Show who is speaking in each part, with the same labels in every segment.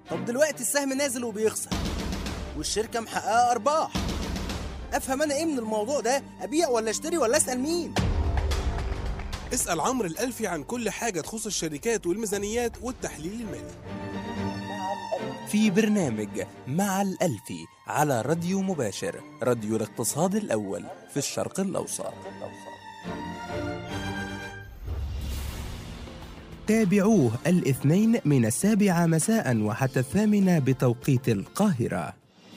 Speaker 1: طب دلوقتي السهم نازل وبيخسر والشركة محققة أرباح، أفهم أنا إيه من الموضوع ده؟ أبيع ولا أشتري ولا أسأل مين؟
Speaker 2: اسأل عمرو الألفي عن كل حاجة تخص الشركات والميزانيات والتحليل المالي
Speaker 3: في برنامج مع الألفي على راديو مباشر، راديو الاقتصاد الأول في الشرق الأوسط. تابعوه الاثنين من 7 مساء وحتى 8 بتوقيت القاهرة.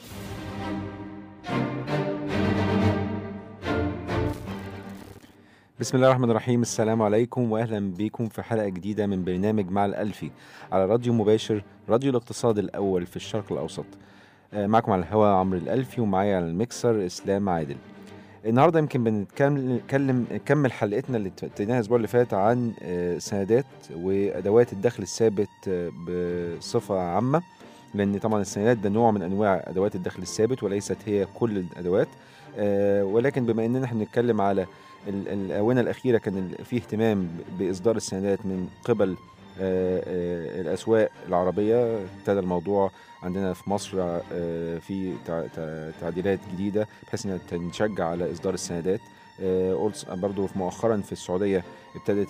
Speaker 4: بسم الله الرحمن الرحيم. السلام عليكم وأهلا بكم في حلقة جديدة من برنامج مع الألفي على راديو مباشر، راديو الاقتصاد الأول في الشرق الأوسط. معكم على الهواء عمرو الألفي، ومعايا على الميكسر إسلام عادل. النهاردة يمكن نكمل حلقتنا اللي ابتديناها الأسبوع اللي فات عن سندات وأدوات الدخل الثابت بصفة عامة، لأن طبعا السندات ده نوع من أنواع أدوات الدخل الثابت وليست هي كل الأدوات. ولكن بما أننا احنا بنتكلم على الآونة الأخيرة كان في اهتمام بإصدار السندات من قبل الأسواق العربية. ابتدى الموضوع عندنا في مصر في تعديلات جديدة بحيث أنها تشجع على إصدار السندات. برضو مؤخرا في السعودية ابتدت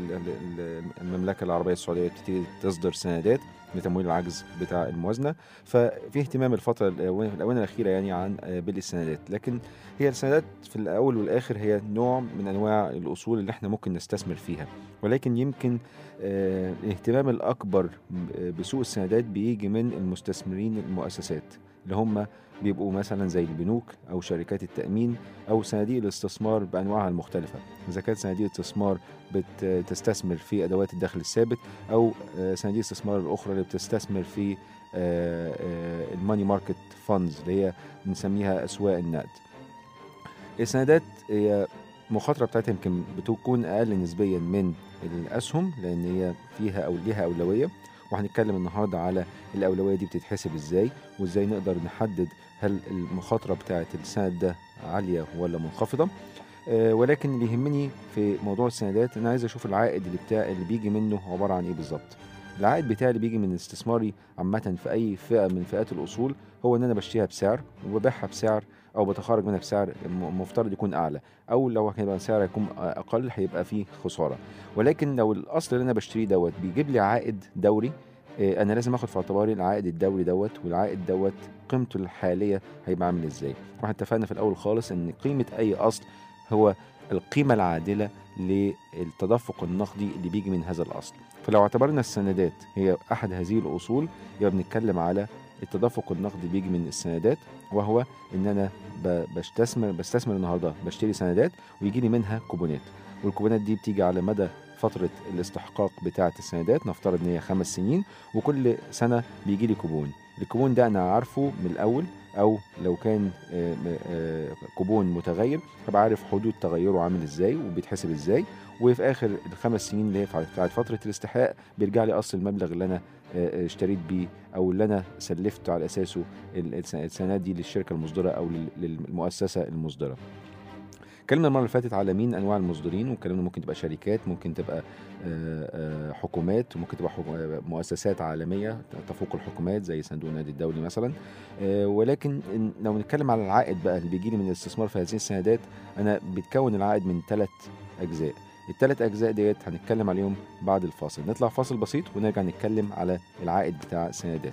Speaker 4: المملكة العربية السعودية تبتدي تصدر سندات لتمويل العجز بتاع الموازنة. ففي اهتمام الآونة الأخيرة يعني عن بالسندات، لكن هي السندات في الأول والآخر هي نوع من أنواع الأصول اللي احنا ممكن نستثمر فيها، ولكن يمكن الاهتمام الأكبر بسوق السندات بيجي من المستثمرين المؤسسات اللي هم بيبقوا مثلا زي البنوك أو شركات التأمين أو صناديق الاستثمار بأنواعها المختلفة، إذا كانت صناديق الاستثمار بتستثمر في أدوات الدخل الثابت أو صناديق الاستثمار الأخرى اللي بتستثمر في الماني ماركت فاندز اللي هي بنسميها أسواق النقد. السندات هي المخاطرة بتاعتها يمكن بتكون أقل نسبيا من الأسهم لأن هي فيها أو ليها أولوية، وهنتكلم النهاردة على الأولوية دي بتتحسب إزاي وإزاي نقدر نحدد هل المخاطرة بتاعت السند ده عالية ولا منخفضة. ولكن اللي يهمني في موضوع السندات أنا عايز أشوف العائد اللي بيجي منه عبارة عن إيه بالظبط. العائد بتاعي اللي بيجي من الاستثماري عامة في أي فئة من فئات الأصول هو إن أنا بشتريها بسعر وببيعها بسعر أو بتخرج منها بسعر مفترض يكون أعلى، أو لو هيبقى سعر يكون أقل هيبقى فيه خسارة. ولكن لو الأصل اللي أنا بشتريه دوت بيجيب لي عائد دوري، أنا لازم أخد في اعتباري العائد الدوري دوت، والعائد دوت قيمته الحالية هيبقى عامل إزاي. واحنا اتفقنا في الأول خالص إن قيمة أي أصل هو القيمة العادلة للتدفق النقدي اللي بيجي من هذا الأصل. فلو اعتبرنا السندات هي أحد هذه الأصول يبقى بنتكلم على التدفق النقدي اللي بيجي من السندات، وهو إن أنا بستثمر النهاردة بشتري سندات ويجي لي منها كوبونات، والكوبونات دي بتيجي على مدى فترة الاستحقاق بتاعة السندات، نفترض إن هي 5 سنين وكل سنة بيجي لي كوبون. الكوبون ده أنا عارفه من الأول، أو لو كان كوبون متغير هبقى عارف حدود تغيره عامل إزاي وبيتحسب إزاي، وفي آخر ال5 سنين اللي هي بتاعت فترة الاستحقاق بيرجع لي أصل المبلغ اللي أنا اشتريت بيه أو اللي أنا سلفت على أساسه السندات دي للشركة المصدرة أو للمؤسسة المصدرة. اتكلمنا المرة اللي فاتت على مين أنواع المصدرين، واتكلمنا ممكن تبقى شركات، ممكن تبقى حكومات، وممكن تبقى مؤسسات عالمية تفوق الحكومات زي صندوق النقد الدولي مثلا. ولكن لو نتكلم على العائد بقى اللي بيجيلي من الاستثمار في هذه السندات، أنا بتكون العائد من 3 أجزاء. ال3 أجزاء ديت هنتكلم عليهم بعد الفاصل. نطلع فاصل بسيط ونرجع نتكلم على العائد بتاع السندات.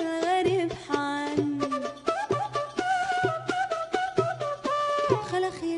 Speaker 5: خلا خير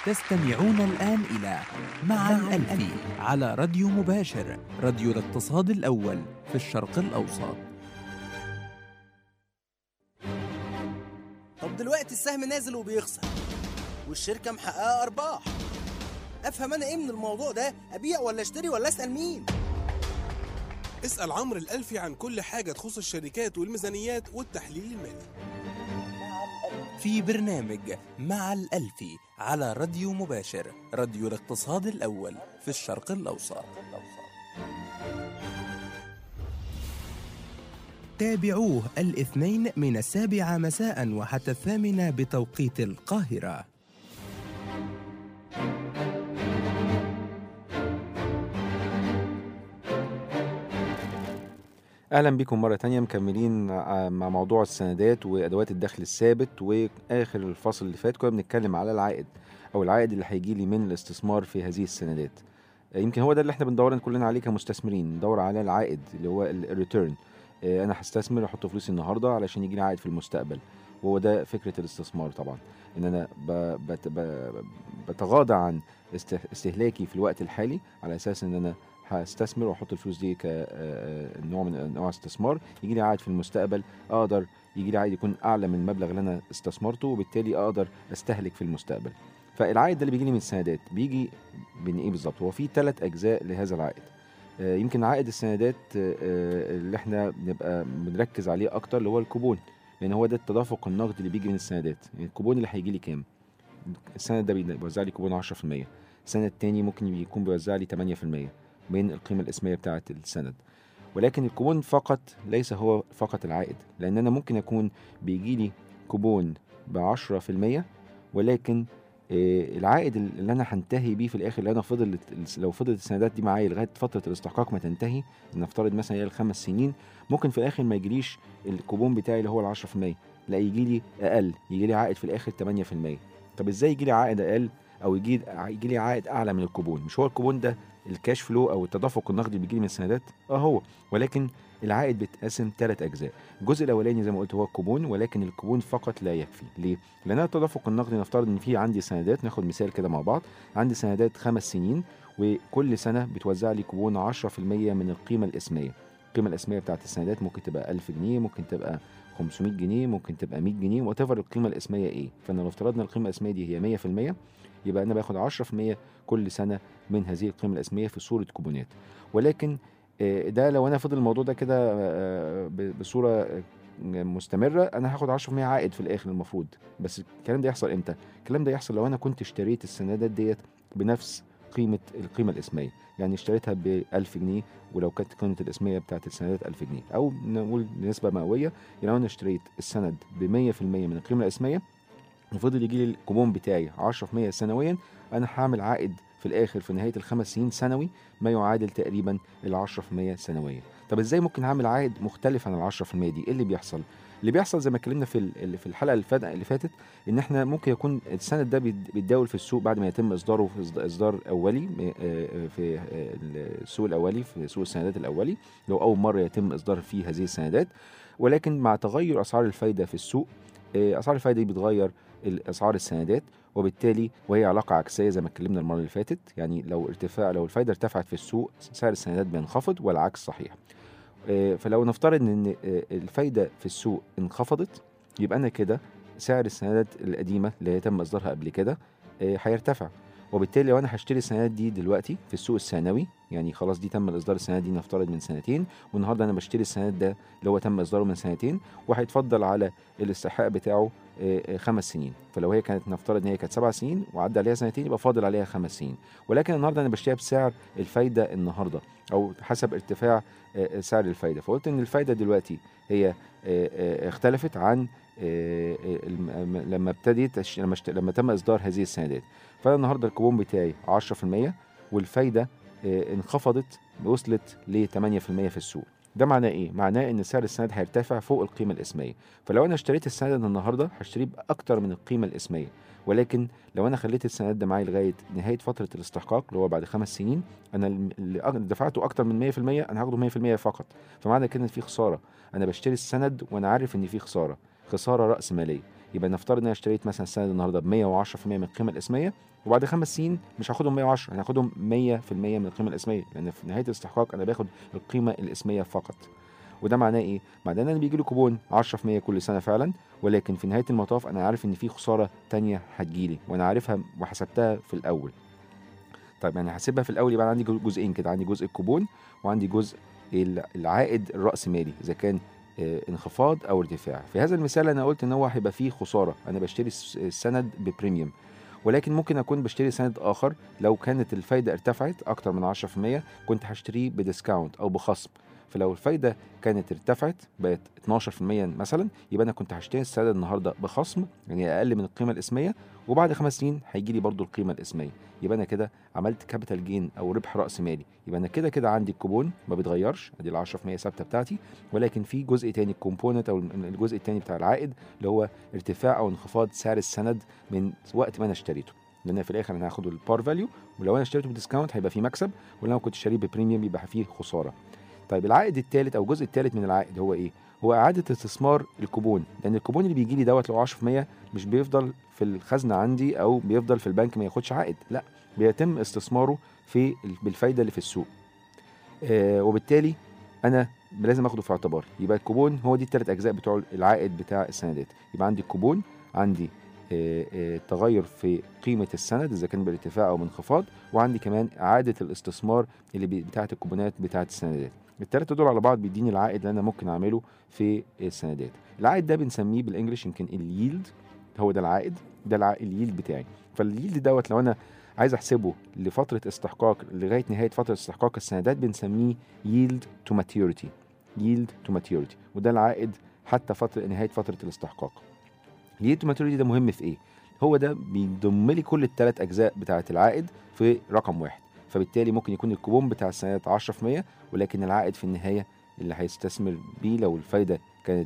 Speaker 3: تستمعون الآن إلى مع الألفي على راديو مباشر، راديو الاقتصاد الأول في الشرق الأوسط.
Speaker 1: طب دلوقتي السهم نازل وبيخسر والشركة محققة أرباح، أفهم أنا إيه من الموضوع ده؟ أبيع ولا أشتري ولا أسأل مين؟
Speaker 2: اسأل عمرو الألفي عن كل حاجة تخص الشركات والميزانيات والتحليل المالي
Speaker 3: في برنامج مع الألفي على راديو مباشر، راديو الاقتصاد الأول في الشرق الأوسط. تابعوه الاثنين من 7 مساء وحتى 8 بتوقيت القاهرة.
Speaker 4: اهلا بكم مره تانية، مكملين مع موضوع السندات وادوات الدخل الثابت. واخر الفصل اللي فات كنا بنتكلم على العائد او العائد اللي هيجي لي من الاستثمار في هذه السندات. يمكن هو ده اللي احنا بندور كلنا عليه كمستثمرين، ندور على العائد اللي هو الريتيرن. انا هستثمر احط فلوسي النهارده علشان يجي لي عائد في المستقبل، وهو ده فكره الاستثمار طبعا، ان انا بتغاضى عن استهلاكي في الوقت الحالي على اساس ان انا هستثمر واحط الفلوس دي كنوع من انواع الاستثمار، يجي لي عائد في المستقبل، اقدر يجي لي عائد يكون اعلى من المبلغ اللي انا استثمرته، وبالتالي اقدر استهلك في المستقبل. فالعائد ده اللي بيجي لي من السندات بيجي من ايه بالظبط؟ هو في 3 اجزاء لهذا العائد. يمكن عائد السندات اللي احنا بنبقى بنركز عليه اكتر اللي هو الكوبون، لان هو ده التدفق النقدي اللي بيجي من السندات. يعني الكوبون اللي هيجي لي كام؟ السند ده بيوزع لي كوبون 10%، السند التاني ممكن يكون بيوزع لي 8% من القيمة الاسمية بتاعة السند. ولكن الكوبون فقط ليس هو فقط العائد، لأن أنا ممكن يكون بيجي لي كوبون ب10%، ولكن العائد اللي أنا هنتهي بيه في الآخر، اللي أنا لو فضلت السندات دي معايا لغاية فترة الاستحقاق ما تنتهي، نفترض مثلا هي 5 سنين، ممكن في الآخر ما يجيليش الكوبون بتاعي اللي هو 10%، لا يجي لي أقل، يجي لي عائد في الآخر 8%. طب إزاي يجي لي عائد أقل أو يجي لي عائد أعلى من الكوبون؟ مش هو الكوبون ده الكاش فلو او التدفق النقدي اللي بيجي من السندات؟ هو، ولكن العائد بيتقسم 3 اجزاء. الجزء الاولاني زي ما قلت هو الكوبون، ولكن الكوبون فقط لا يكفي. ليه؟ لان التدفق النقدي نفترض ان في عندي سندات، ناخد مثال كده مع بعض، عندي سندات 5 سنين وكل سنه بتوزع لي كوبون 10% من القيمه الاسميه. القيمه الاسميه بتاعت السندات ممكن تبقى 1000 جنيه، ممكن تبقى 500 جنيه، ممكن تبقى 100 جنيه، وات ايفر القيمه الاسميه ايه. فانا لو افترضنا القيمه الاسميه دي هي 100%، يبقى انا باخد 10% كل سنه من هذه القيمه الاسميه في صوره كوبونات. ولكن ده لو انا فضل الموضوع ده كده بصوره مستمره، انا هاخد 10% عائد في الاخر المفروض. بس الكلام ده يحصل امتى؟ الكلام ده يحصل لو انا كنت اشتريت السندات ديت بنفس القيمه الاسميه، يعني اشتريتها ب1000 جنيه، ولو كانت قيمه الاسميه بتاعت السندات 1000 جنيه، او نقول نسبه مئويه، يعني لو انا اشتريت السند ب100% من القيمه الاسميه وفضل يجي لي الكوبون بتاعي 10% سنويا، انا هعمل عائد في الاخر في نهايه ال5 سنين سنوي ما يعادل تقريبا ال10% سنويا. طب ازاي ممكن اعمل عائد مختلف عن ال10% دي؟ ايه اللي بيحصل؟ اللي بيحصل زي ما اتكلمنا في الحلقه اللي فاتت، ان احنا ممكن يكون السند ده بيتداول في السوق بعد ما يتم اصداره في اصدار اولي في السوق الاولي، في سوق السندات الاولي، لو اول مره يتم اصدار فيه هذه السندات. ولكن مع تغير اسعار الفايده في السوق، اسعار الفايده دي بتغير اسعار السندات، وبالتالي وهي علاقه عكسيه زي ما اتكلمنا المره اللي فاتت. يعني لو الفايده ارتفعت في السوق، سعر السندات بينخفض، والعكس صحيح. فلو نفترض ان الفايده في السوق انخفضت، يبقى انا كده سعر السندات القديمه اللي تم اصدارها قبل كده هيرتفع. وبالتالي لو انا هشتري السندات دي دلوقتي في السوق الثانوي، يعني خلاص دي تم اصدار السندات دي نفترض من 2 والنهارده انا بشتري السند ده اللي هو تم اصداره من 2 وهيتفضل على الاستحقاق بتاعه 5 سنين. فلو هي كانت نفترض ان هي كانت 7 سنين وعدى عليها 2 يبقى فاضل عليها 5 سنين. ولكن النهارده انا بشتريها بسعر الفايده النهارده او حسب ارتفاع سعر الفايده. فقلت ان الفايده دلوقتي هي اختلفت عن لما تم اصدار هذه السندات. فانا النهارده الكوبون بتاعي 10% والفايده انخفضت وصلت ل 8% في السوق. ده معناه ايه؟ معناه ان سعر السند هيرتفع فوق القيمه الاسميه. فلو انا اشتريت السند النهارده هشتريه باكتر من القيمه الاسميه، ولكن لو انا خليت السند ده معايا لغايه نهايه فتره الاستحقاق اللي هو بعد 5 سنين، انا اللي دفعته اكتر من 100% انا هاخده 100% فقط. فمعنى كده ان في خساره. انا بشتري السند وانا عارف ان في خساره راس ماليه. يبقى نفترض ان انا اشتريت مثلا السند النهارده ب 110% من القيمه الاسميه، وبعد 5 سنين مش هاخدهم 110، انا هاخدهم 100% من القيمه الاسميه، لان في نهايه الاستحقاق انا باخد القيمه الاسميه فقط. وده معناه ايه؟ معناه ان انا بيجي لي كوبون 10% كل سنه فعلا، ولكن في نهايه المطاف انا عارف ان في خساره تانية هتجيلي وانا عارفها وحسبتها في الاول. طيب يعني هحسبها في الاول، يبقى عندي جزئين كده، عندي جزء الكوبون وعندي جزء العائد الرأسمالي اذا كان انخفاض او ارتفاع. في هذا المثال انا قلت ان هو هيبقى فيه خساره، انا بشتري السند ببريميوم، ولكن ممكن اكون بشتري سند اخر لو كانت الفايده ارتفعت اكتر من 10% كنت هشتريه بديسكاونت او بخصم. فلو الفايده كانت ارتفعت بقت 12% مثلا، يبقى انا كنت هشتري السند النهارده بخصم، يعني اقل من القيمه الاسميه، وبعد 5 سنين هيجي لي برضو القيمه الاسميه. يبقى انا كده عملت كابيتال جين او ربح راس مالي. يبقى انا كده عندي الكوبون ما بيتغيرش، ادي ال 10% ثابته بتاعتي، ولكن في جزء تاني الكومبوننت او الجزء التاني بتاع العائد اللي هو ارتفاع او انخفاض سعر السند من وقت ما انا اشتريته، لان في الاخر انا هاخد البار فاليو، ولو انا اشتريته بديسكاونت هيبقى فيه مكسب، ولو انا كنت شاريه ببريميوم يبقى فيه خساره. طيب العائد الثالث او الجزء الثالث من العائد هو ايه؟ هو اعاده استثمار الكوبون، لان الكوبون اللي بيجي لي دوت لو 10% مش بيفضل في الخزنه عندي او بيفضل في البنك ما ياخدش عائد، لا بيتم استثماره بالفايده اللي في السوق. وبالتالي انا لازم اخده في اعتباري. يبقى الكوبون هو دي الثلاث اجزاء بتوع العائد بتاع السندات. يبقى عندي الكوبون، عندي تغير في قيمة السند إذا كان بارتفاع أو بانخفاض، وعندي كمان إعادة الاستثمار اللي بتاعة الكوبونات بتاعة السندات. الثلاثة دول على بعض بيديني العائد اللي أنا ممكن أعمله في السندات. العائد ده بنسميه بالإنجليش يمكن اليلد، هو ده العائد، ده اليلد بتاعي. فاليلد دوت لو أنا عايز أحسبه لفترة استحقاق لغاية نهاية فترة استحقاق السندات بنسميه yield to maturity، yield to maturity، وده العائد حتى نهاية فترة الاستحقاق. اليلد تو ماتوريتي ده مهم في ايه؟ هو ده بيضم لي كل الثلاث اجزاء بتاعه العائد في رقم واحد. فبالتالي ممكن يكون الكوبون بتاع السنوات 10%، ولكن العائد في النهايه اللي هيستثمر بيه لو الفايده كانت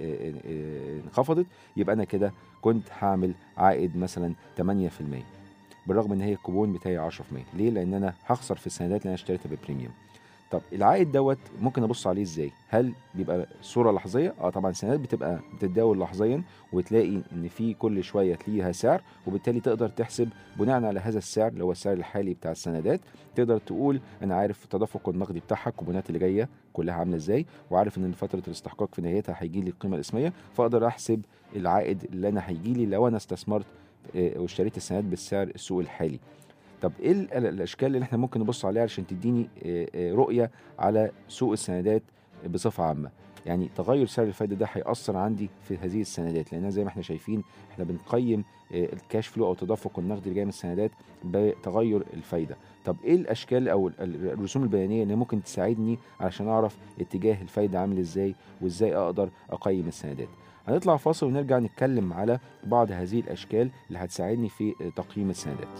Speaker 4: انخفضت، يبقى انا كده كنت هعمل عائد مثلا 8%، بالرغم ان هي الكوبون بتاعي 10%. ليه؟ لان انا هخسر في السندات اللي انا اشتريتها ببريميوم. طب العائد دوت ممكن ابص عليه ازاي؟ هل بيبقى صوره لحظيه؟ طبعا السندات بتبقى بتتداول لحظيا، وتلاقي ان في كل شويه تلاقيها سعر، وبالتالي تقدر تحسب بناء على هذا السعر اللي هو السعر الحالي بتاع السندات، تقدر تقول انا عارف التدفق النقدي بتاعها، الكوبونات اللي جايه كلها عامله ازاي، وعارف ان فتره الاستحقاق في نهايتها هيجي لي القيمه الاسميه، فاقدر احسب العائد اللي انا هيجي لي لو انا استثمرت واشتريت السندات بالسعر السوق الحالي. طب ايه الاشكال اللي احنا ممكن نبص عليها علشان تديني رؤيه على سوق السندات بصفه عامه؟ يعني تغير سعر الفايده ده هيأثر عندي في هذه السندات، لان زي ما احنا شايفين احنا بنقيم الكاش فلو او التدفق النقدي اللي جاي من السندات بتغير الفايده. طب ايه الاشكال او الرسوم البيانيه اللي ممكن تساعدني علشان اعرف اتجاه الفايده عامل ازاي، وازاي اقدر اقيم السندات؟ هنطلع فاصل ونرجع نتكلم على بعض هذه الاشكال اللي هتساعدني في تقييم السندات.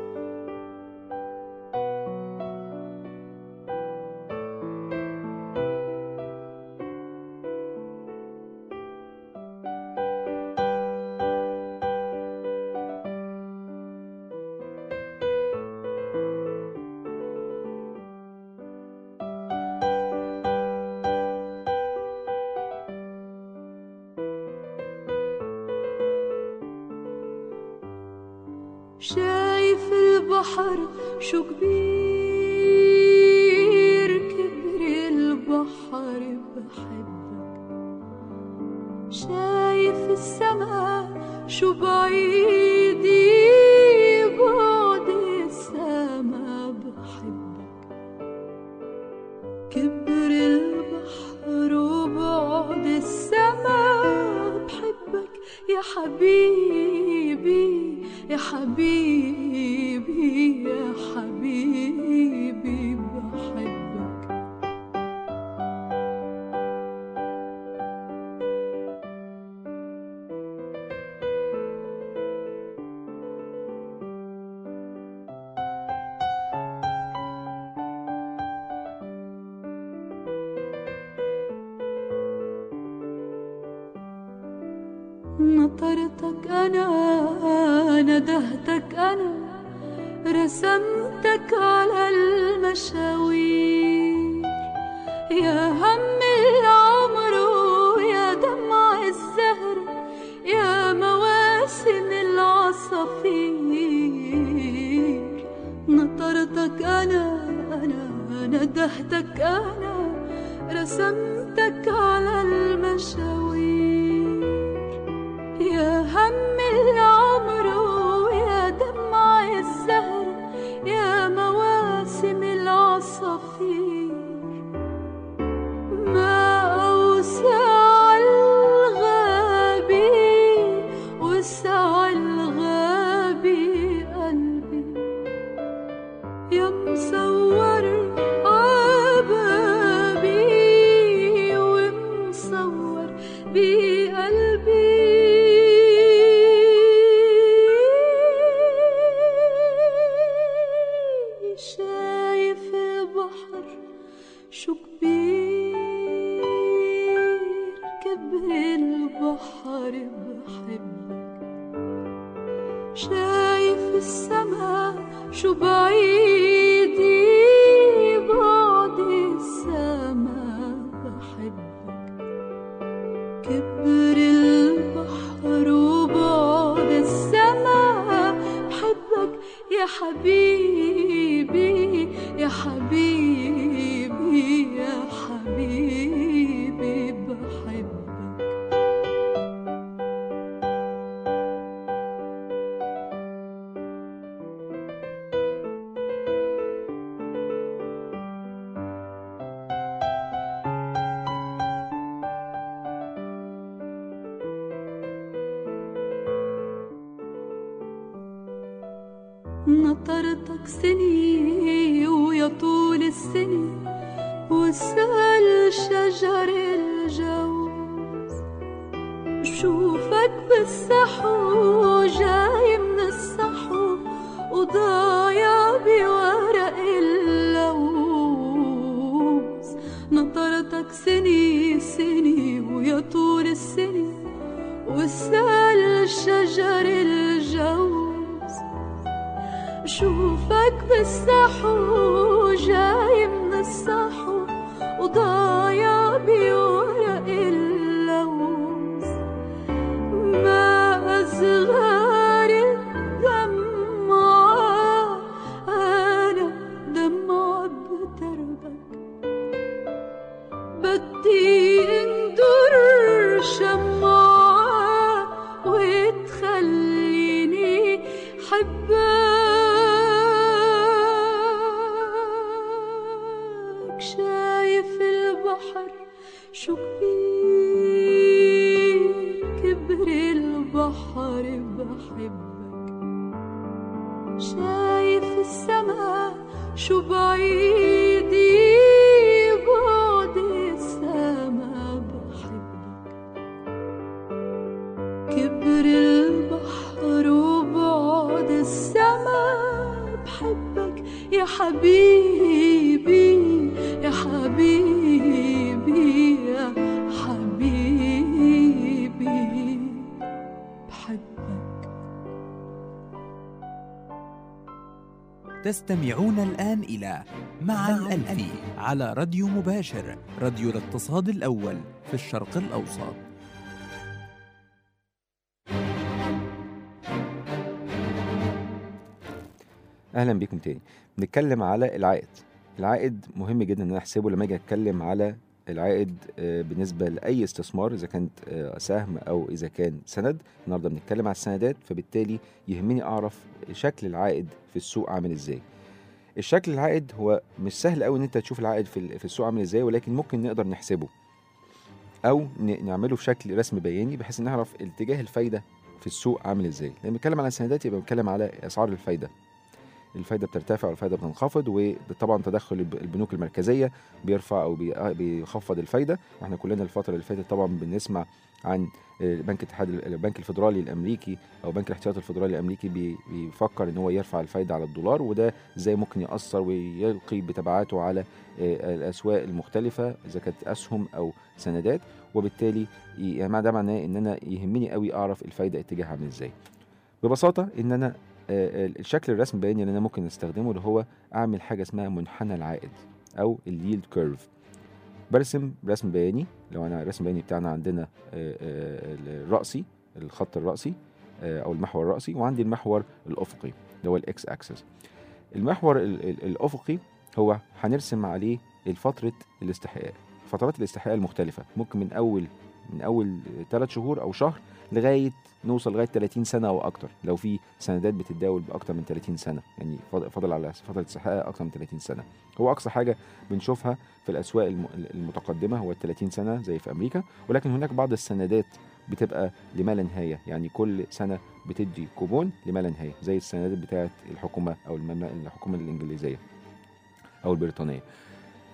Speaker 5: شايف البحر شو كبير، كبر البحر بحبك. شايف السما شو بعيد، بعد السما بحبك. كبر البحر وبعد السما بحبك يا حبيبي، يا حبيبي، يا حبيبي بحبك. نطرتك أنا، ندهتك أنا، رسمتك على المشاوير. يا هم العمر ويا دمع الزهر، يا بقلبي. شايف البحر شو كبير، كبر البحر بحبك. شايف السما شو بعيدي، بعد السما بحبك. كبر البحر وبعد السما بحبك يا حبيبي، يا حبيبي، يا حبيبي بحبك. نطرتك سني ويا طول السنة، وسأل شجر الجوز. بشوفك بالسحو جاي من السحو، وضايع بورق اللوز. نطرتك سني سني ويا طول السنة، وسأل شجر الجوز. شوفك بالسحو جاي من السحو، وضايع بورق اللوز. ما أصغر الدمعة، أنا دمعة بدربك. بدي اندر شمعة وتخليني حبك. شايف البحر شو كبير، كبر البحر بحبك. شايف السما شو بعيدي، بعد السما بحبك. كبر البحر وبعد السما بحبك يا حبيبي، يا حبيبي، يا حبيبي بحبك.
Speaker 3: تستمعون الآن إلى مع الألفي على راديو مباشر، راديو الاقتصاد الأول في الشرق الأوسط.
Speaker 4: اهلا بيكم تاني. بنتكلم على العائد. العائد مهم جدا ان انا احسبه لما اجي اتكلم على العائد بالنسبه لاي استثمار، اذا كانت سهم او اذا كان سند. النهارده بنتكلم على السندات، فبالتالي يهمني اعرف شكل العائد في السوق عامل ازاي. الشكل العائد هو مش سهل قوي ان انت تشوف العائد في السوق عامل ازاي، ولكن ممكن نقدر نحسبه او نعمله في شكل رسم بياني بحيث نعرف اتجاه الفايده في السوق عامل ازاي. لما بنتكلم على السندات يبقى بنتكلم على اسعار الفايده بترتفع والفايده بتنخفض، وطبعا تدخل البنوك المركزيه بيرفع او بيخفض الفايده. واحنا كلنا الفتره اللي فاتت طبعا بنسمع عن البنك الفيدرالي الامريكي او بنك الاحتياطي الفيدرالي الامريكي بيفكر ان هو يرفع الفايده على الدولار، وده ازاي ممكن ياثر ويلقي بتبعاته على الاسواق المختلفه اذا كانت اسهم او سندات. وبالتالي يعني ده معناه ان انا يهمني قوي اعرف الفايده اتجاهها عامل ازاي. ببساطه ان انا الشكل الرسم البياني اللي انا ممكن استخدمه اللي هو اعمل حاجه اسمها منحنى العائد او اليلد كيرف. برسم رسم بياني. لو انا الرسم البياني بتاعنا عندنا الرأسي، الخط الرأسي او المحور الرأسي، وعندي المحور الافقي اللي هو الاكس اكسس. المحور الافقي هو هنرسم عليه فتره الاستحقاق، فترات الاستحقاق المختلفه، ممكن من اول 3 شهور او شهر لغايه نوصل لغايه 30 سنه او اكتر، لو في سندات بتتداول باكتر من 30 سنه، يعني فاضل على فتره استحقاق اكتر من 30 سنه. هو اقصى حاجه بنشوفها في الاسواق المتقدمه هو 30 سنه زي في امريكا، ولكن هناك بعض السندات بتبقى لما لا نهايه، يعني كل سنه بتدي كوبون لما لا نهايه، زي السندات بتاعه الحكومه او الحكومه الانجليزيه او البريطانيه.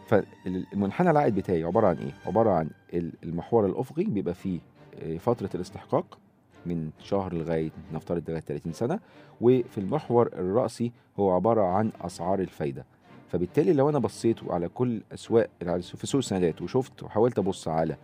Speaker 4: فالمنحنى العائد بتاعي عباره عن ايه؟ عباره عن المحور الافقي بيبقى فيه فتره الاستحقاق من شهر لغايه نفترض لغايه 30 سنه، وفي المحور الرأسي هو عباره عن اسعار الفايده. فبالتالي لو انا بصيت على كل اسواق في سوق السندات وشفت وحاولت ابص على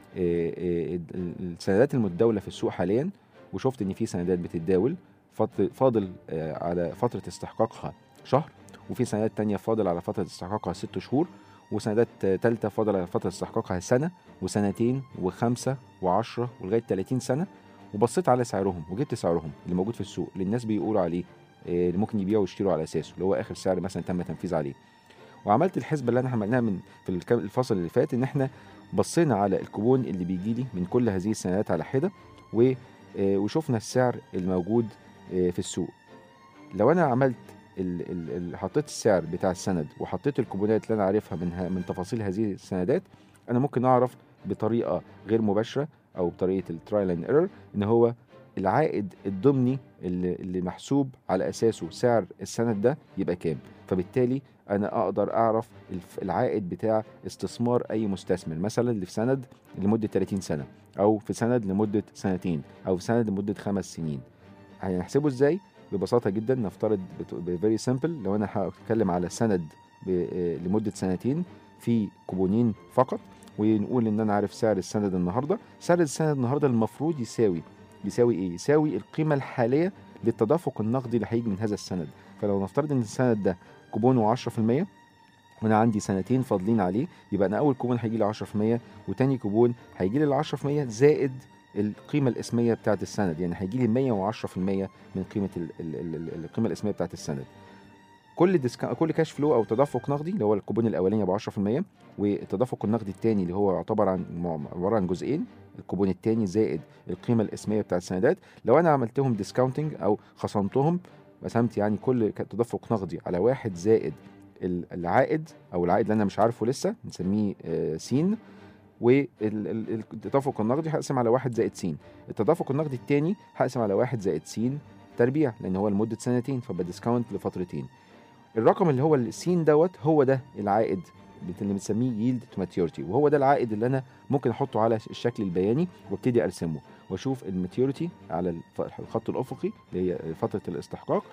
Speaker 4: السندات المتداوله في السوق حاليا، وشفت ان في سندات بتتداول فاضل على فتره استحقاقها شهر، وفي سندات تانية فاضل على فتره استحقاقها 6 شهور، وسندات تالتة فاضل على فتره استحقاقها سنه وسنتين و5 و10 ولغايه 30 سنه، وبصيت على سعرهم وجبت سعرهم اللي موجود في السوق اللي الناس بيقولوا عليه اللي ممكن يبيعوا ويشتروا على اساسه، اللي هو اخر سعر مثلا تم تنفيذ عليه. وعملت الحسبه اللي انا عملناها في الفصل اللي فات، ان احنا بصينا على الكوبون اللي بيجي لي من كل هذه السندات على حده، وشفنا السعر الموجود في السوق. لو انا عملت حطيت السعر بتاع السند وحطيت الكوبونات اللي انا عارفها من تفاصيل هذه السندات، انا ممكن اعرف بطريقه غير مباشره او بطريقه الترايل اند ايرور ان هو العائد الضمني اللي محسوب على اساسه سعر السند ده يبقى كام. فبالتالي انا اقدر اعرف العائد بتاع استثمار اي مستثمر، مثلا اللي في سند لمده 30 سنه، او في سند لمده سنتين، او في سند لمده 5 سنين. هنحسبه ازاي؟ ببساطه جدا نفترض فيري سمبل، لو انا هتكلم على سند لمده سنتين في كوبونين فقط، ونقول ان انا عارف سعر السند النهارده. سعر السند النهارده المفروض يساوي ايه؟ يساوي القيمه الحاليه للتدفق النقدي اللي هيجي من هذا السند. فلو نفترض ان السند ده كوبونه 10% وانا عندي سنتين فاضلين عليه، يبقى انا اول كوبون هيجي لي 10%، وتاني كوبون هيجي لي 10% زائد القيمه الاسميه بتاعه السند، يعني هيجي لي 110% من قيمه القيمه الاسميه بتاعه السند. كل كاش فلو او تدفق نقدي اللي هو الكوبون الاولاني ب 10%، والتدفق النقدي الثاني اللي هو يعتبر عباره عن جزئين، الكوبون الثاني زائد القيمه الاسميه بتاعه السندات. لو انا عملتهم ديسكاونتنج او خصمتهم، قسمت يعني كل تدفق نقدي على 1 زائد العائد او العائد اللي انا مش عارفه لسه نسميه س، والتدفق النقدي هقسم على 1 زائد س. التدفق النقدي الثاني هقسم على 1 زائد س تربيع، لان هو لمده سنتين فبديسكاونت لفترتين. الرقم اللي هو السين دوت هو ده العائد اللي بنسميه ييلد تو ماتيوريتي، وهو ده العائد اللي انا ممكن احطه على الشكل البياني وابتدي ارسمه واشوف الماتيوريتي على الخط الافقي اللي هي فتره الاستحقاق،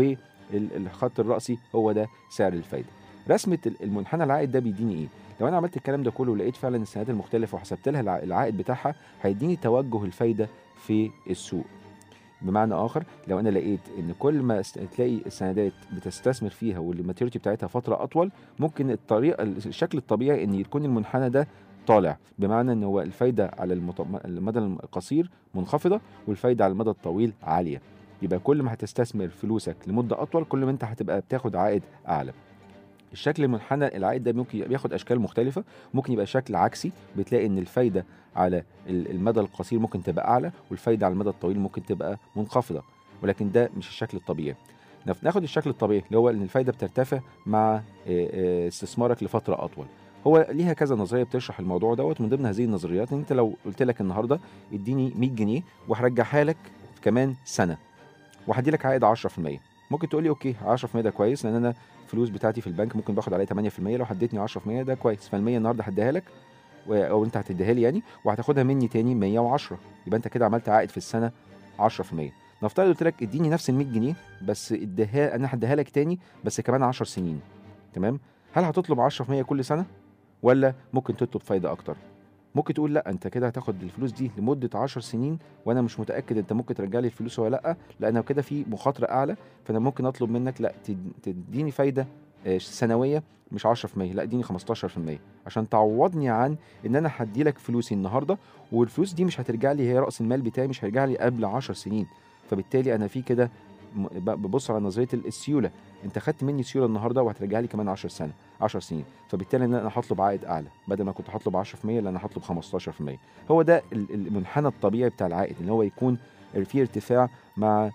Speaker 4: والخط الرأسي هو ده سعر الفايده. رسمه المنحنى العائد ده بيديني ايه؟ لو انا عملت الكلام ده كله ولقيت فعلا السندات المختلفه وحسبت لها العائد بتاعها، هيديني توجه الفايده في السوق. بمعنى اخر، لو انا لقيت ان كل ما تلاقي السندات بتستثمر فيها والماتيوريتي بتاعتها فتره اطول، ممكن الشكل الطبيعي ان يكون المنحنى ده طالع، بمعنى ان هو الفايده على المدى القصير منخفضه والفايده على المدى الطويل عاليه. يبقى كل ما هتستثمر فلوسك لمده اطول، كل ما انت هتبقى بتاخد عائد اعلى. الشكل المنحنى العائد ده ممكن بياخد اشكال مختلفه، ممكن يبقى شكل عكسي، بتلاقي ان الفايده على المدى القصير ممكن تبقى اعلى والفايده على المدى الطويل ممكن تبقى منخفضه، ولكن ده مش الشكل الطبيعي. ناخد الشكل الطبيعي اللي هو ان الفايده بترتفع مع استثمارك لفتره اطول. هو ليها كذا نظريه بتشرح الموضوع دوت. من ضمن هذه النظريات ان انت لو قلت لك النهارده اديني 100 جنيه وهرجعها لك كمان سنه وهدي لك عائد 10%، ممكن تقول لي اوكي 10% ده كويس، لان انا الفلوس بتاعتي في البنك ممكن باخد عليها 8%، لو هديتني 10% ده كويس، فالمية النهارده هديها لك او انت هتديها لي يعني، وهتاخدها مني تاني 110، يبقى انت كده عملت عائد في السنه 10%. نفترض قلت لك اديني نفس ال 100 جنيه بس انا هديها لك تاني بس كمان 10 سنين، تمام؟ هل هتطلب 10% كل سنه ولا ممكن تطلب فايده اكتر؟ ممكن تقول لا، انت كده هتاخد الفلوس دي لمده 10 سنين وانا مش متاكد انت ممكن ترجع لي الفلوس ولا لا، لان كده في مخاطره اعلى، فانا ممكن اطلب منك لا تديني فايده سنويه مش 10%، لا اديني 15% عشان تعوضني عن ان انا هدي لك فلوسي النهارده والفلوس دي مش هترجع لي، هي راس المال بتاعي مش هيرجع لي قبل 10 سنين. فبالتالي انا في كده ببص على نظريه السيوله، انت خدت مني سيوله النهارده وهترجع لي كمان 10 سنين، فبالتالي ان انا هطلب عائد اعلى، بدل ما كنت هطلب 10% لا انا هطلب 15%. هو ده المنحنى الطبيعي بتاع العائد، ان هو يكون في ارتفاع مع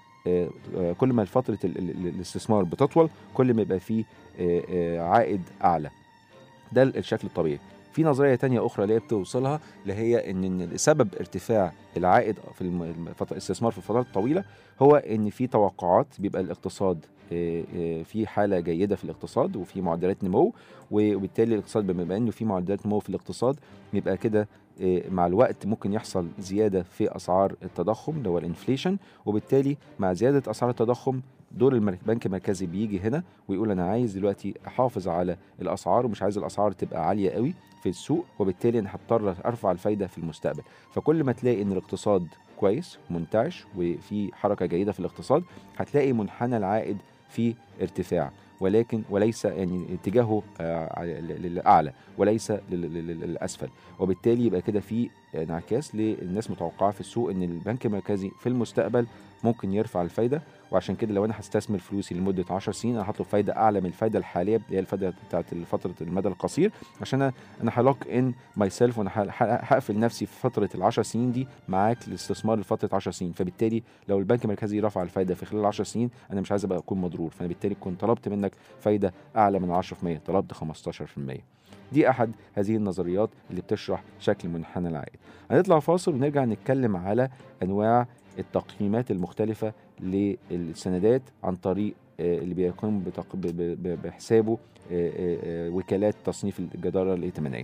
Speaker 4: كل ما فتره الاستثمار بتطول، كل ما يبقى فيه عائد اعلى. ده الشكل الطبيعي. في نظريه تانية اخرى اللي هي بتوصلها، اللي هي ان سبب ارتفاع العائد في الاستثمار في الفترات الطويله هو ان في توقعات، بيبقى الاقتصاد في حاله جيده في الاقتصاد وفي معدلات نمو، وبالتالي الاقتصاد بما انه في معدلات نمو في الاقتصاد يبقى كده مع الوقت ممكن يحصل زياده في اسعار التضخم اللي هو الانفليشن، وبالتالي مع زياده اسعار التضخم دور البنك المركزي بيجي هنا ويقول انا عايز دلوقتي احافظ على الاسعار ومش عايز الاسعار تبقى عاليه قوي في السوق، وبالتالي انا هضطر ارفع الفايده في المستقبل. فكل ما تلاقي ان الاقتصاد كويس منتعش وفي حركه جيده في الاقتصاد، هتلاقي منحنى العائد في ارتفاع، وليس يعني اتجاهه للاعلى وليس للاسفل، وبالتالي يبقى كده في انعكاس للناس متوقعه في السوق ان البنك المركزي في المستقبل ممكن يرفع الفايده. وعشان كده لو انا هستثمر فلوسي لمده 10 سنين انا هطلب فايده اعلى من الفايده الحاليه اللي هي الفايده بتاعت فتره المدى القصير، عشان انا هلوك ان ماي سيلف وانا هقفل نفسي في فتره ال10 سنين دي معاك الاستثمار لفتره 10 سنين. فبالتالي لو البنك المركزي رفع الفايده في خلال 10 سنين انا مش عايز ابقى اكون مضرور، فانا بالتالي كنت طلبت منك فايده اعلى من 10%، طلبت 15%. دي احد هذه النظريات اللي بتشرح شكل منحنى العائد. هنطلع فاصل ونرجع نتكلم على انواع التقييمات المختلفة للسندات عن طريق اللي بيقوم بحسابه وكالات تصنيف الجدارة الائتمانية.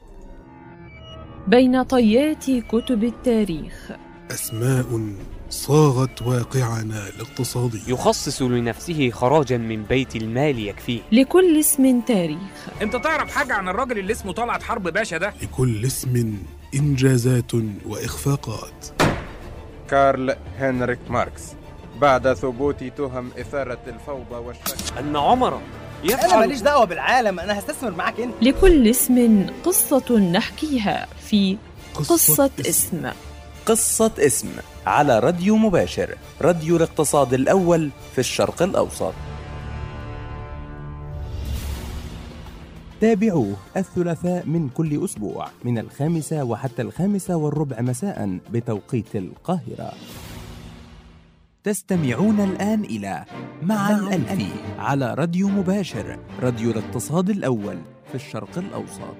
Speaker 5: بين طيات كتب التاريخ
Speaker 2: أسماء صاغت واقعنا الاقتصادي.
Speaker 6: يخصص لنفسه خراجا من بيت المال يكفيه.
Speaker 5: لكل اسم تاريخ.
Speaker 7: انت تعرف حاجة عن الراجل اللي اسمه طلعت حرب باشا ده؟
Speaker 2: لكل اسم إنجازات وإخفاقات.
Speaker 8: كارل هنريك ماركس بعد ثبوت تهم إثارة الفوضى والشك
Speaker 6: أن عمر يفعل.
Speaker 1: أنا ماليش دعوة بالعالم، أنا هستثمر معاك أنت.
Speaker 5: لكل اسم قصة نحكيها في قصة اسم.
Speaker 3: قصة اسم على راديو مباشر، راديو الاقتصاد الأول في الشرق الأوسط.
Speaker 9: تابعوه الثلاثاء من كل أسبوع من 5 وحتى 5:15 مساء بتوقيت القاهرة.
Speaker 3: تستمعون الآن إلى مع الألفي على راديو مباشر، راديو الاقتصاد الأول في الشرق الأوسط.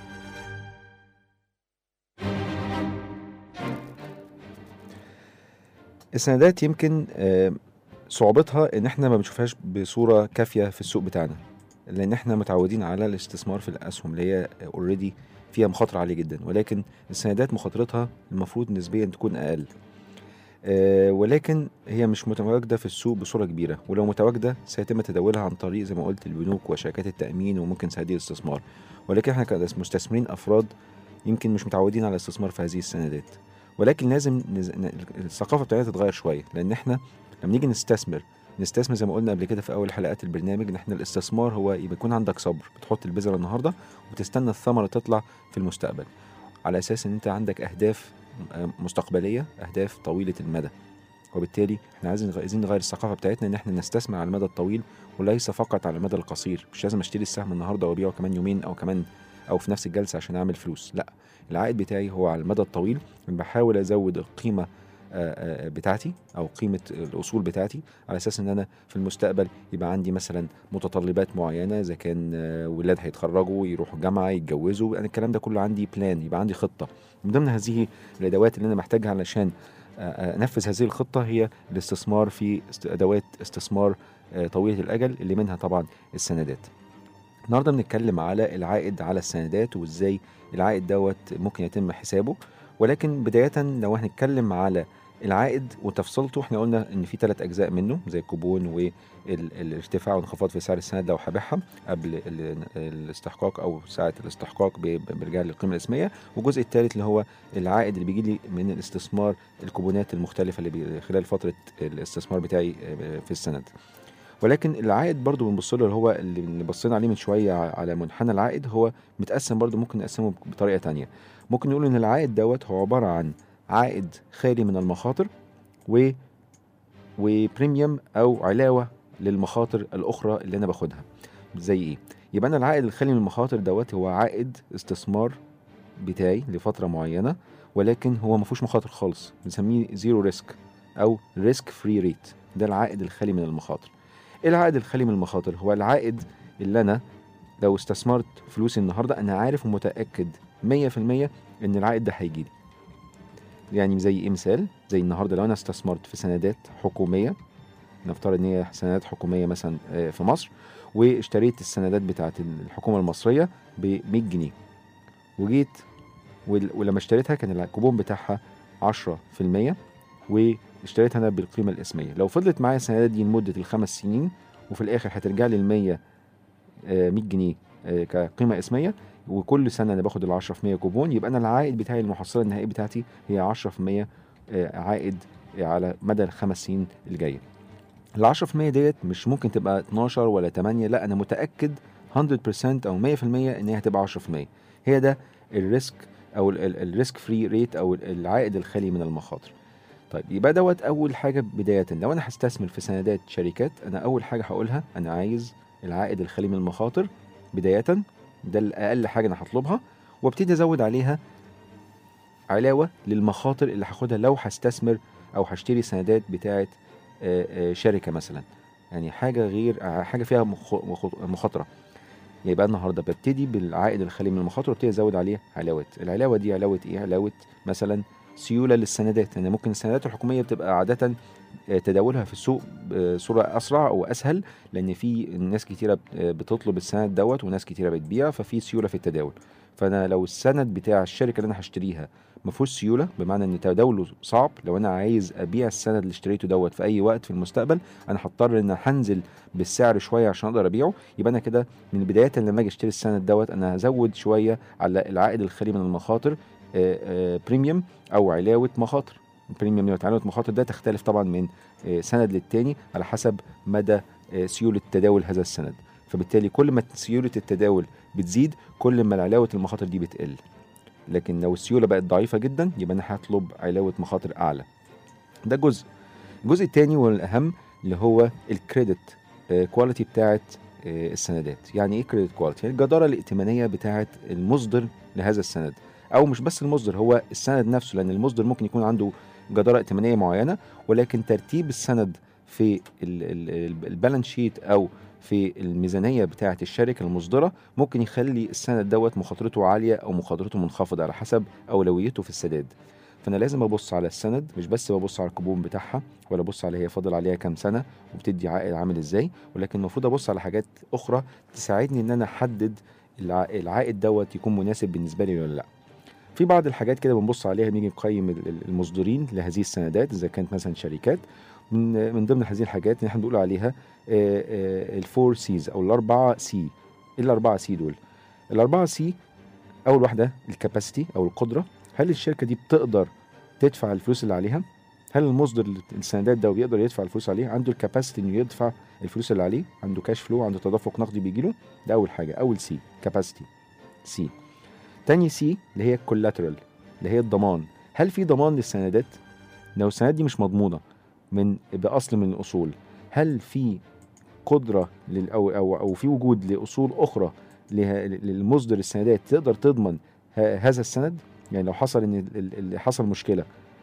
Speaker 4: السندات يمكن صعوبتها ان احنا ما بنشوفهاش بصورة كافية في السوق بتاعنا، لان احنا متعودين على الاستثمار في الاسهم اللي هي اوريدي فيها مخاطره عاليه جدا، ولكن السندات مخاطرتها المفروض نسبيا تكون اقل، ولكن هي مش متواجده في السوق بصوره كبيره، ولو متواجده سيتم تداولها عن طريق زي ما قلت البنوك وشركات التامين وممكن صناديق الاستثمار، ولكن احنا كمستثمرين افراد يمكن مش متعودين على الاستثمار في هذه السندات. ولكن لازم الثقافه بتاعتنا تتغير شويه، لان احنا لما نيجي نستثمر زي ما قلنا قبل كده في اول حلقات البرنامج ان احنا الاستثمار هو يبقى يكون عندك صبر، بتحط البذره النهارده وتستنى الثمره تطلع في المستقبل، على اساس ان انت عندك اهداف مستقبليه، اهداف طويله المدى. وبالتالي احنا عايزين نغير الثقافه بتاعتنا ان احنا نستثمر على المدى الطويل وليس فقط على المدى القصير. مش لازم اشتري السهم النهارده وابيعه كمان يومين او في نفس الجلسه عشان اعمل فلوس، لا، العائد بتاعي هو على المدى الطويل. بحاول ازود القيمه بتاعتي او قيمه الاصول بتاعتي على اساس ان انا في المستقبل يبقى عندي مثلا متطلبات معينه، اذا كان ولاد هيتخرجوا يروحوا جامعه يتجوزوا، يعني الكلام ده كله عندي بلان، يبقى عندي خطه. من ضمن هذه الادوات اللي انا محتاجها علشان انفذ هذه الخطه هي الاستثمار في ادوات استثمار طويله الاجل اللي منها طبعا السندات. النهارده بنتكلم على العائد على السندات وازاي العائد دوت ممكن يتم حسابه. ولكن بداية لو هنتكلم على العائد وتفصيلته، احنا قلنا ان في 3 اجزاء منه زي الكوبون والارتفاع وانخفاض في سعر السند لو هبيعها قبل الاستحقاق او ساعة الاستحقاق بيرجع للقيمة الاسمية، والجزء الثالث اللي هو العائد اللي بيجي لي من الاستثمار الكوبونات المختلفة اللي خلال فترة الاستثمار بتاعي في السند. ولكن العائد برضو بنبص له اللي هو اللي بصينا عليه من شوية على منحنى العائد، هو متقسم برضو، ممكن نقسمه بطريقة تانية. ممكن نقول ان العائد دوت هو عبارة عن عائد خالي من المخاطر وبريميوم او علاوة للمخاطر الاخرى اللي انا باخدها. زي ايه؟ يبقى انا العائد الخالي من المخاطر دوت هو عائد استثمار بتاعي لفترة معينة، ولكن هو ما فيهوش مخاطر خالص، بنسميه زيرو ريسك او ريسك فري ريت. ده العائد الخالي من المخاطر. العائد الخالي من المخاطر هو العائد اللي انا لو استثمرت فلوسي النهارده انا عارف ومتاكد 100% ان العائد ده هيجيلي. يعني زي ايه مثال؟ زي النهارده لو انا استثمرت في سندات حكوميه، نفترض ان هي سندات حكوميه مثلا في مصر، واشتريت السندات بتاعه الحكومه المصريه ب 100 جنيه، وجيت ولما اشتريتها كان الكوبون بتاعها 10%، واشتريتها انا بالقيمه الاسميه. لو فضلت معايا السندات دي لمده ال5 سنين وفي الاخر هترجع لي 100 جنيه كقيمه اسميه، وكل سنه انا باخد ال 10% كوبون، يبقى انا العائد بتاعي المحصله النهائيه بتاعتي هي 10% عائد على مدى ال5 سنين الجايه. ال 10% ديت مش ممكن تبقى 12 ولا 8، لا انا متاكد 100% او 100% ان هي هتبقى 10%. هي ده الريسك او الريسك فري ريت او العائد الخالي من المخاطر. طيب يبقى دوت اول حاجه بدايه. لو انا هستثمر في سندات شركات، انا اول حاجه هقولها انا عايز العائد الخالي من المخاطر بدايه، ده الاقل حاجه انا هطلبها، وابتدي ازود عليها علاوه للمخاطر اللي هاخدها لو هستثمر او هشتري سندات بتاعه شركه مثلا، يعني حاجه غير حاجه فيها مخاطره. يبقى النهارده ببتدي بالعائد الخالي من المخاطر وابتدي ازود عليه علاوات. العلاوه دي علاوه ايه؟ علاوه مثلا سيوله للسندات، يعني ممكن السندات الحكوميه بتبقى عاده تداولها في السوق بصوره اسرع او اسهل، لان في ناس كتيره بتطلب السند دوت وناس كتيره بتبيع، ففي سيوله في التداول. فانا لو السند بتاع الشركه اللي انا هشتريها ما فيهوش سيوله، بمعنى ان تداوله صعب، لو انا عايز ابيع السند اللي اشتريته دوت في اي وقت في المستقبل، انا هضطر ان هنزل بالسعر شويه عشان اقدر ابيعه، يبقى انا كده من بدايه لما اجي اشتري السند دوت انا هزود شويه على العائد الخالي من المخاطر بريميوم او علاوه مخاطر. البريميوم اللي علاوه مخاطر ده تختلف طبعا من سند للتاني على حسب مدى سيوله تداول هذا السند، فبالتالي كل ما سيوله التداول بتزيد كل ما علاوه المخاطر دي بتقل. لكن لو السيوله بقت ضعيفه جدا يبقى انا هطلب علاوه مخاطر اعلى. ده جزء. الجزء الثاني والاهم اللي هو الكريدت كواليتي بتاعه السندات. يعني ايه كريدت كواليتي؟ يعني الجداره الائتمانيه بتاعه المصدر لهذا السند، او مش بس المصدر، هو السند نفسه، لان المصدر ممكن يكون عنده جداره ائتمانيه معينه، ولكن ترتيب السند في البالانس شيت او في الميزانيه بتاعه الشركه المصدره ممكن يخلي السند دوت مخاطرته عاليه او مخاطرته منخفضه على حسب اولويته في السداد. فانا لازم ابص على السند، مش بس ببص على الكوبون بتاعها ولا ابص على هي فاضل عليها كام سنه وبتدي عائد عامل ازاي، ولكن المفروض ابص على حاجات اخرى تساعدني ان انا احدد العائد دوت يكون مناسب بالنسبه لي ولا لا. في بعض الحاجات كده بنبص عليها بنيجي نقيم المصدرين لهذه السندات اذا كانت مثلا شركات. من ضمن هذه الحاجات اللي احنا بنقول عليها الفور سيز او الاربعه سي. ايه الاربعه سي دول؟ الاربعه سي اول واحده الكاباسيتي او القدره، هل الشركه دي بتقدر تدفع الفلوس اللي عليها؟ هل المصدر السندات ده بيقدر يدفع الفلوس عليه؟ عنده الكاباسيتي انه يدفع الفلوس اللي عليه؟ عنده كاش فلو، عنده تدفق نقدي بيجيله؟ ده اول حاجه، اول سي كاباسيتي سي. تاني سي اللي هي الكولاترال اللي هي الضمان. هل في ضمان للسندات؟ لو السندات دي مش مضمونه باصل من الاصول، هل في قدره او في وجود لاصول اخرى للمصدر السندات تقدر تضمن هذا السند؟ يعني لو حصل ان حصل مشكله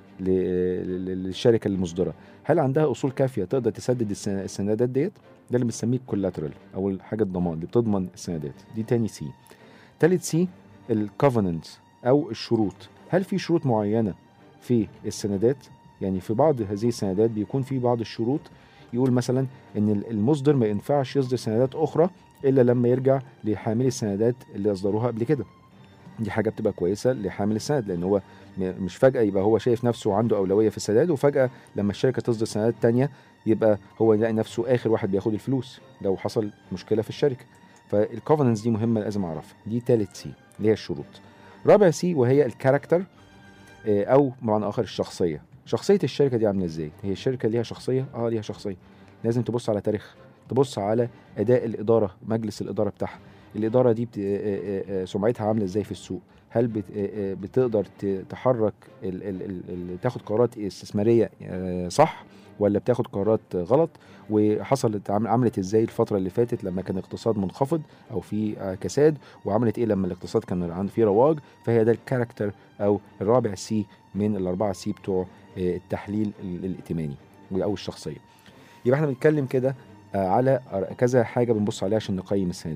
Speaker 4: للشركه المصدره، هل عندها اصول كافيه تقدر تسدد السندات ديت؟ ده اللي بنسميه الكولاترال او حاجه الضمان اللي بتضمن السندات. دي تاني سي. تالت سي الكوفننت او الشروط. هل في شروط معينه في السندات؟ يعني في بعض هذه السندات بيكون في بعض الشروط يقول مثلا ان المصدر ما ينفعش يصدر سندات اخرى الا لما يرجع لحامل السندات اللي اصدروها قبل كده. دي حاجه بتبقى كويسه لحامل السند، لان هو مش فجاه يبقى هو شايف نفسه عنده اولويه في السداد، وفجاه لما الشركه تصدر سندات تانية يبقى هو يلاقي نفسه اخر واحد بياخد الفلوس لو حصل مشكله في الشركه. فالكوفننس دي مهمه لازم اعرفها. دي تالت سي اللي هي الشروط. رابع سي وهي الكاركتر او بمعنى اخر الشخصيه. شخصيه الشركه دي عامله ازاي؟ هي الشركه ليها شخصيه؟ ليها شخصيه. لازم تبص على تاريخ، تبص على اداء الاداره، مجلس الاداره بتاعها. الاداره دي سمعتها عامله ازاي في السوق؟ هل بتقدر تحرك تاخد قرارات استثماريه صح ولا بتاخد قرارات غلط؟ وحصلت عملت ازاي الفتره اللي فاتت لما كان الاقتصاد منخفض او في كساد، وعملت ايه لما الاقتصاد كان عنده فيه رواج؟ فهي ده الكاركتر او الرابع سي من الاربعه سي بتوع التحليل الائتماني او الشخصيه. يبقى احنا بنتكلم كده على كذا حاجه بنبص عليها عشان نقيم السندات.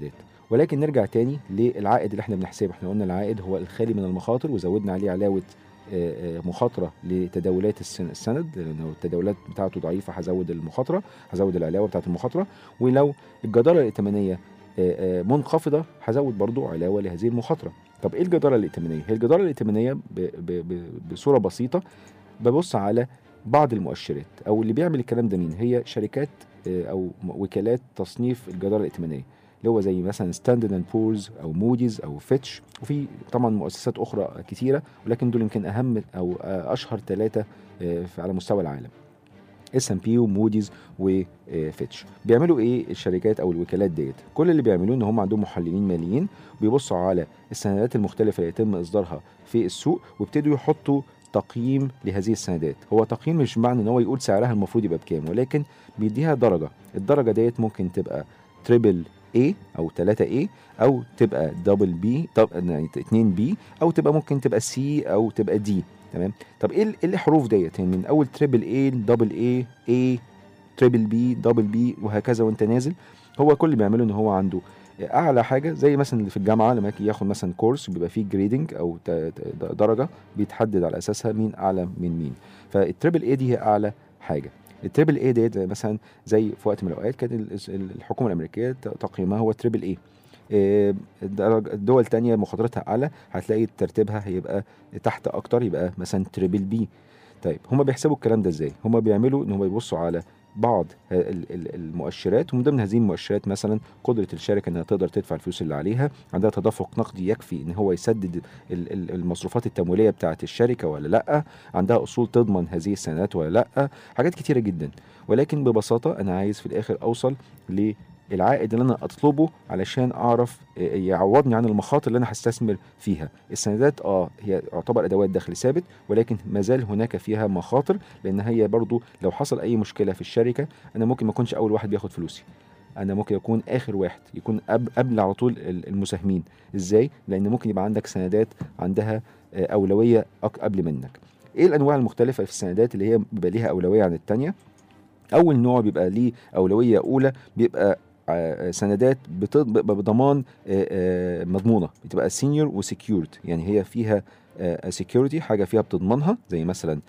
Speaker 4: ولكن نرجع تاني للعائد اللي احنا بنحسبه. احنا قلنا العائد هو الخالي من المخاطر، وزودنا عليه علاوه مخاطره لتداولات السند، لانه التداولات بتاعته ضعيفه هزود المخاطره، هزود العلاوه بتاعه المخاطره. ولو الجداره الائتمانيه منخفضه هزود برضو علاوه لهذه المخاطره. طب ايه الجداره الائتمانيه؟ هي الجداره الائتمانيه بصوره بسيطه ببص على بعض المؤشرات، او اللي بيعمل الكلام ده مين؟ هي شركات او وكالات تصنيف الجداره الائتمانيه، اللي هو زي مثلا ستاندرد اند بورز او موديز او فيتش، وفي طبعا مؤسسات اخرى كتيره، ولكن دول يمكن اهم او اشهر 3 على مستوى العالم: S&P وموديز وفيتش. بيعملوا ايه الشركات او الوكالات ديت؟ كل اللي بيعملوه ان هم عندهم محللين ماليين بيبصوا على السندات المختلفه اللي يتم اصدارها في السوق، وابتدوا يحطوا تقييم لهذه السندات. هو تقييم مش معنى ان هو يقول سعرها المفروض يبقى بكام، ولكن بيديها درجه. الدرجه ديت ممكن تبقى تريبل A او 3A، او تبقى دبل بي، يعني 2B، او تبقى ممكن تبقى C او تبقى D. تمام. طب ايه الحروف ديت؟ يعني من اول تريبل A، دبل A، تريبل بي، دبل بي، وهكذا وانت نازل. هو كل اللي بيعمله ان هو عنده اعلى حاجه، زي مثلا اللي في الجامعه لما ياخد مثلا كورس بيبقى فيه جريدنج او درجه بيتحدد على اساسها مين اعلى من مين. فالتريبل اي دي هي اعلى حاجه. التريبل اي ديت مثلا زي في وقت من الاوقات كانت الحكومه الامريكيه تقييمها هو تريبل اي. دول تانية مخاطرتها اعلى هتلاقي ترتيبها هيبقى تحت اكتر، يبقى مثلا تريبل بي. طيب هما بيحسبوا الكلام ده ازاي؟ هما بيعملوا ان هما يبصوا على بعض المؤشرات، ومن ضمن هذه المؤشرات مثلا قدره الشركه انها تقدر تدفع الفلوس اللي عليها، عندها تدفق نقدي يكفي ان هو يسدد المصروفات التمويليه بتاعه الشركه ولا لا، عندها اصول تضمن هذه السندات ولا لا، حاجات كتيره جدا. ولكن ببساطه انا عايز في الاخر اوصل للعائد اللي انا اطلبه علشان اعرف يعوضني عن المخاطر اللي انا هستثمر فيها. السندات هي يعتبر ادوات دخل ثابت، ولكن ما زال هناك فيها مخاطر، لان هي برضو لو حصل اي مشكله في الشركه انا ممكن ما اكونش اول واحد بياخد فلوسي، انا ممكن اكون اخر واحد، يكون قبل على طول المساهمين. ازاي؟ لان ممكن يبقى عندك سندات عندها اولويه قبل منك. ايه الانواع المختلفه في السندات اللي هي بيبقى ليها اولويه عن الثانيه؟ اول نوع بيبقى ليه اولويه اولى بيبقى سندات بضمان مضمونه، بتبقى سينيور وسكيورد، يعني هي فيها سكيورتي، حاجه فيها بتضمنها، زي مثلا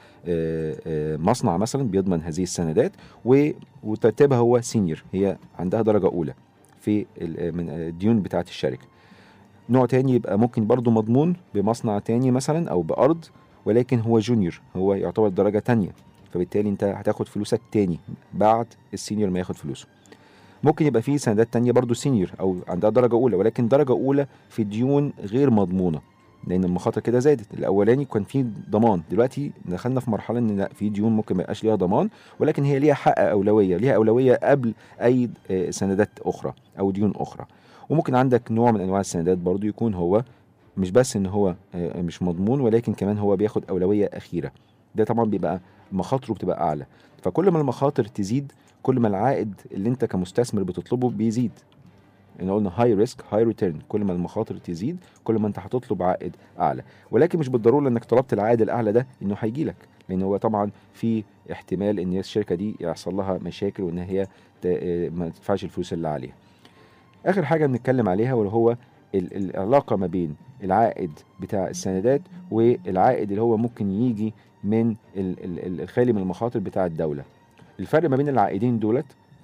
Speaker 4: مصنع مثلا بيضمن هذه السندات، وترتيبها هو سينيور، هي عندها درجه اولى في من الديون بتاعه الشركه. نوع تاني يبقى ممكن برضو مضمون بمصنع تاني مثلا او بارض، ولكن هو جونيور، هو يعتبر درجه تانية، فبالتالي انت هتاخد فلوسك تاني بعد السينيور ما ياخد فلوسه. ممكن يبقى فيه سندات تانية برضو سينيور او عندها درجة اولى، ولكن درجة اولى في ديون غير مضمونة، لان المخاطر كده زادت. الاولاني كان فيه ضمان، دلوقتي دخلنا في مرحلة ان لا، في ديون ممكن ما يبقاش ليها ضمان، ولكن هي ليها حق اولوية، ليها اولوية قبل اي سندات اخرى او ديون اخرى. وممكن عندك نوع من انواع السندات برضو يكون هو مش بس ان هو مش مضمون، ولكن كمان هو بياخد اولوية اخيرة. ده طبعا بيبقى مخاطره بتبقى اعلى. فكل ما المخاطر تزيد كل ما العائد اللي انت كمستثمر بتطلبه بيزيد. يعني قلنا هاي ريسك هاي ريتيرن، كل ما المخاطر تزيد كل ما انت هتطلب عائد اعلى. ولكن مش بالضروره انك طلبت العائد الاعلى ده انه هيجي لك، لان هو طبعا في احتمال ان الشركه دي يحصل لها مشاكل وان هي ما تدفعش الفلوس اللي عليها. اخر حاجه بنتكلم عليها وهو العلاقه ما بين العائد بتاع السندات والعائد اللي هو ممكن يجي من الخالي من المخاطر بتاع الدوله. الفرق ما بين العائدين دولت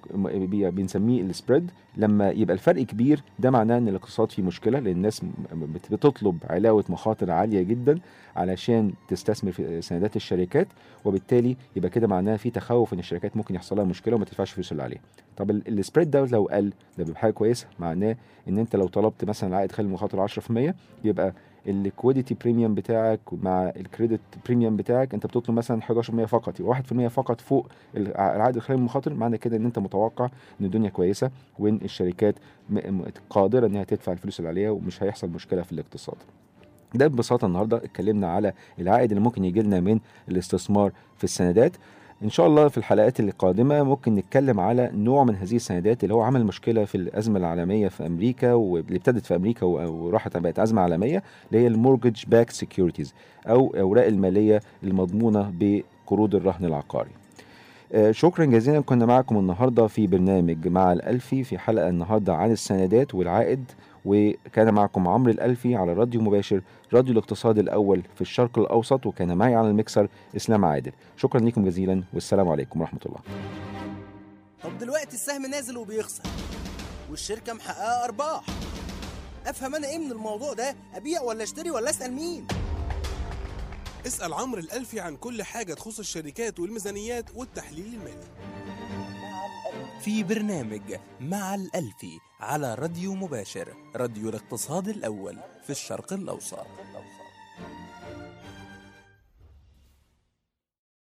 Speaker 4: بنسميه السبريد. لما يبقى الفرق كبير ده معناه ان الاقتصاد فيه مشكله، لان الناس بتطلب علاوه مخاطر عاليه جدا علشان تستثمر في سندات الشركات، وبالتالي يبقى كده معناه في تخوف ان الشركات ممكن يحصل لها مشكله وما تدفعش الفلوس اللي عليها. طب السبريد ده لو قل ده بيبقى حاجه كويسه، معناه ان انت لو طلبت مثلا عائد خالي من المخاطر 10%، يبقى الليكويديتي بريميوم بتاعك مع الكريدت بريميوم بتاعك انت بتطلب مثلا 11% فقط، يبقى 1% فقط فوق العائد الخالي من المخاطر. معنى كده ان انت متوقع ان الدنيا كويسه وان الشركات قادره انها تدفع الفلوس اللي عليها ومش هيحصل مشكله في الاقتصاد. ده ببساطه النهارده اتكلمنا على العائد اللي ممكن يجي لنا من الاستثمار في السندات. ان شاء الله في الحلقات القادمه ممكن نتكلم على نوع من هذه السندات اللي هو عمل مشكله في الازمه العالميه في امريكا، واللي ابتدت في امريكا وراحت بقت ازمه عالميه، اللي هي المورجج باك سيكيورتيز او اوراق الماليه المضمونه بقروض الرهن العقاري. شكرا جزيلا. كنا معكم النهارده في برنامج مع الألفي في حلقة النهارده عن السندات والعائد، وكان معكم عمرو الألفي على راديو مباشر، راديو الاقتصاد الأول في الشرق الأوسط، وكان معي على المكسر إسلام عادل. شكرا لكم جزيلا والسلام عليكم ورحمة الله.
Speaker 1: طب دلوقتي السهم نازل وبيخسر والشركة محققة أرباح، أفهم أنا إيه من الموضوع ده؟ أبيع ولا أشتري ولا أسأل مين؟
Speaker 2: اسأل عمرو الألفي عن كل حاجة تخص الشركات والميزانيات والتحليل المالي
Speaker 3: في برنامج مع الألفي على راديو مباشر، راديو الاقتصاد الأول في الشرق الأوسط.